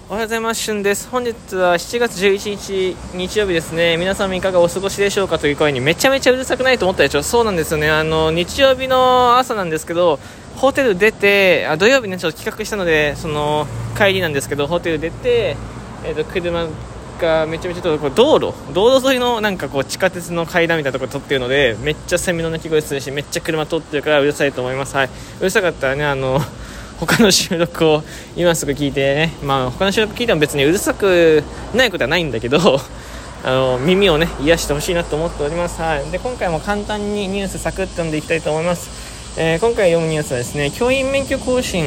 おはようございます。しゅんです。本日は7月11日日曜日ですね。皆さんいかがお過ごしでしょうかという声にめちゃめちゃうるさくないと思ったでしょ。そうなんですよね。日曜日の朝なんですけど、ホテル出て、土曜日ねちょっと企画したので、その帰りなんですけど、ホテル出て、車がめちゃめちゃこう道路沿いのなんかこう地下鉄の階段みたいなところ通ってるので、めっちゃセミの鳴き声するし、めっちゃ車通ってるからうるさいと思います。はい。うるさかったらね、他の収録を今すぐ聞いてね、他の収録聞いても別にうるさくないことはないんだけど耳をね癒してほしいなと思っております。はい。で今回も簡単にニュースサクッと読んでいきたいと思います。今回読むニュースはですね、教員免許更新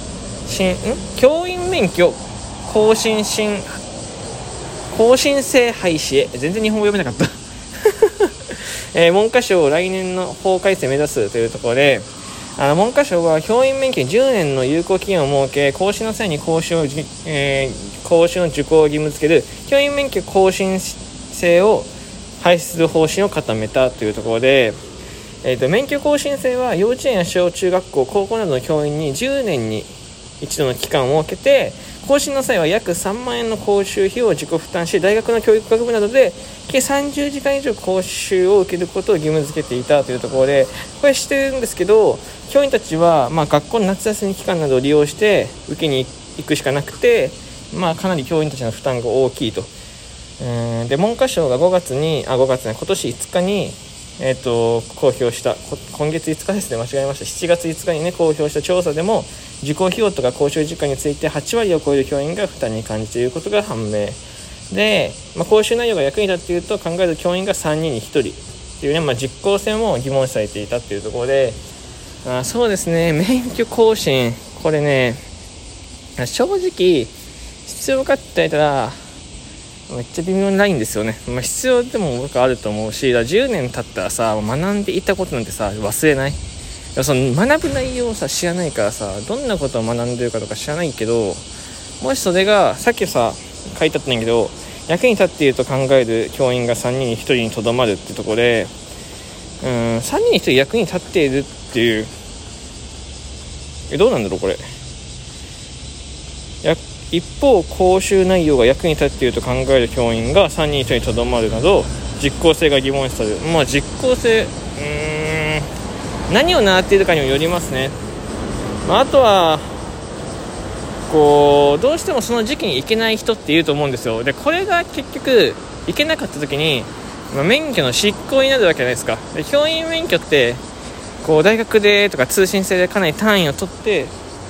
制廃止へ。全然日本語読めなかった文科省来年の法改正目指すというところで、文科省は教員免許10年の有効期限を設け、講師の際に講師の受講を義務付ける教員免許更新制を廃止する方針を固めたというところで、免許更新制は幼稚園や小中学校、高校などの教員に10年に一度の期間を設けて、更新の際は約3万円の講習費を自己負担し、大学の教育学部などで計30時間以上講習を受けることを義務付けていたというところで、これしてるんですけど、教員たちは学校の夏休み期間などを利用して受けに行くしかなくて、かなり教員たちの負担が大きいと。で文科省が今年5日に公表した、今月5日ですね、間違えました。7月5日にね公表した調査でも、受講費用とか講習時間について8割を超える教員が負担に感じていることが判明で、講習内容が役に立っていると考える教員が3人に1人っていうね、実効性も疑問視されていたっていうところで、そうですね、免許更新、これね正直必要かって言ったらめっちゃ微妙にないんですよね。必要でも僕はあると思うし、10年経ったらさ、学んでいたことなんてさ忘れない。その学ぶ内容をさ知らないからさ、どんなことを学んでるかとか知らないけど、もしそれがさっきさ書いてあったんだけど、役に立っていると考える教員が3人に1人にとどまるってところで、3人に1人役に立っているっていう、どうなんだろうこれ。一方、講習内容が役に立っていると考える教員が3人に1人にとどまるなど、実効性が疑問視される。実効性、何を習っているかにもよりますね。あとはどうしてもその時期に行けない人っていると思うんですよ。でこれが結局行けなかった時に、免許の失効になるわけじゃないですか。で教員免許って大学でとか通信制でかなり単位を取って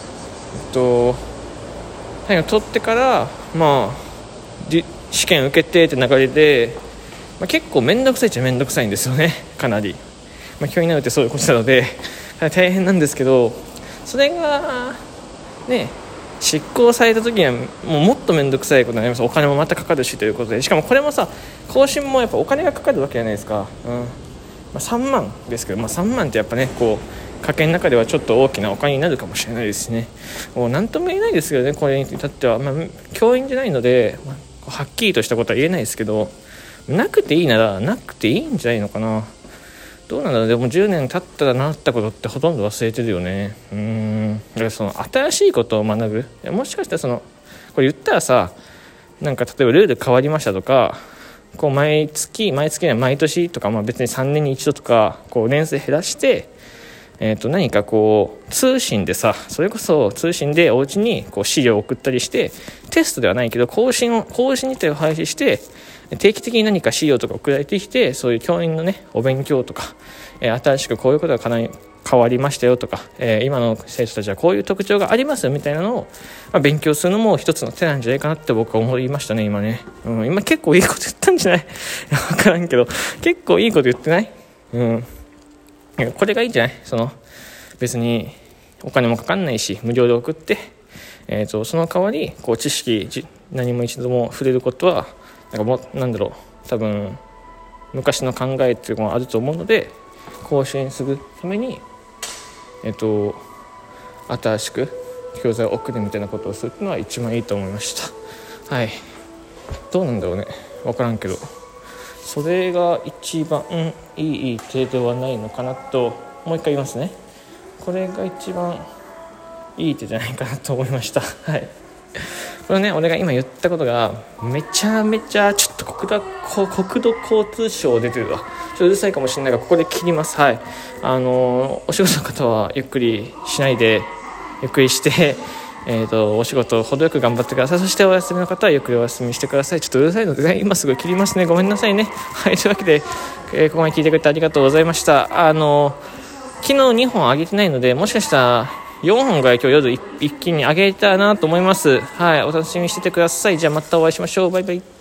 から試験受けてって流れで、結構めんどくさいっちゃめんどくさいんですよね。かなり教員になるってそういうことなので大変なんですけど、それがね執行された時にはもっとめんどくさいことになります。お金もまたかかるしということで、しかもこれもさ、更新もやっぱお金がかかるわけじゃないですか。3万ですけど、3万ってやっぱね家計の中ではちょっと大きなお金になるかもしれないですね。なんとも言えないですけどね、これに至っては、教員じゃないので、はっきりとしたことは言えないですけど、なくていいならなくていいんじゃないのかな。どうなんだろう。でも10年経ったらなったことってほとんど忘れてるよね。だからその新しいことを学ぶ、もしかしたらこれ言ったらさ、例えばルール変わりましたとか、毎月毎年とか、別に3年に一度とか年数減らして、何か通信でさ、それこそ通信でお家に資料を送ったりして、テストではないけど更新自体を廃止して、定期的に何か資料とか送られてきて、そういう教員のねお勉強とか、新しくこういうことがかなり変わりましたよとか、今の生徒たちはこういう特徴がありますよみたいなのを、勉強するのも一つの手なんじゃないかなって僕は思いましたね。今ね、今結構いいこと言ったんじゃない分からんけど、結構いいこと言ってない？これがいいんじゃない？別にお金もかかんないし無料で送って、その代わり知識何も一度も触れることは多分昔の考えっていうのがあると思うので、更新するために新しく教材を送るみたいなことをするのは一番いいと思いました。はい。どうなんだろうね、分からんけど、それが一番いい手ではないのかなと、もう一回言いますね。これが一番いい手じゃないかなと思いました。はい。 これね、俺が今言ったことがめちゃめちゃちょっと国土交通省出てるわ。ちょっとうるさいかもしれないがここで切ります。はい、お仕事の方はゆっくりしないで、ゆっくりしてお仕事を程よく頑張ってください。そしてお休みの方はゆっくりお休みしてください。ちょっとうるさいので、今すぐ切りますね。ごめんなさいね。はい、というわけで、ここまで聞いてくれてありがとうございました。昨日2本上げてないので、もしかしたら4本が今日夜一気に上げたなと思います。はい、お楽しみにしててください。じゃあまたお会いしましょう。バイバイ。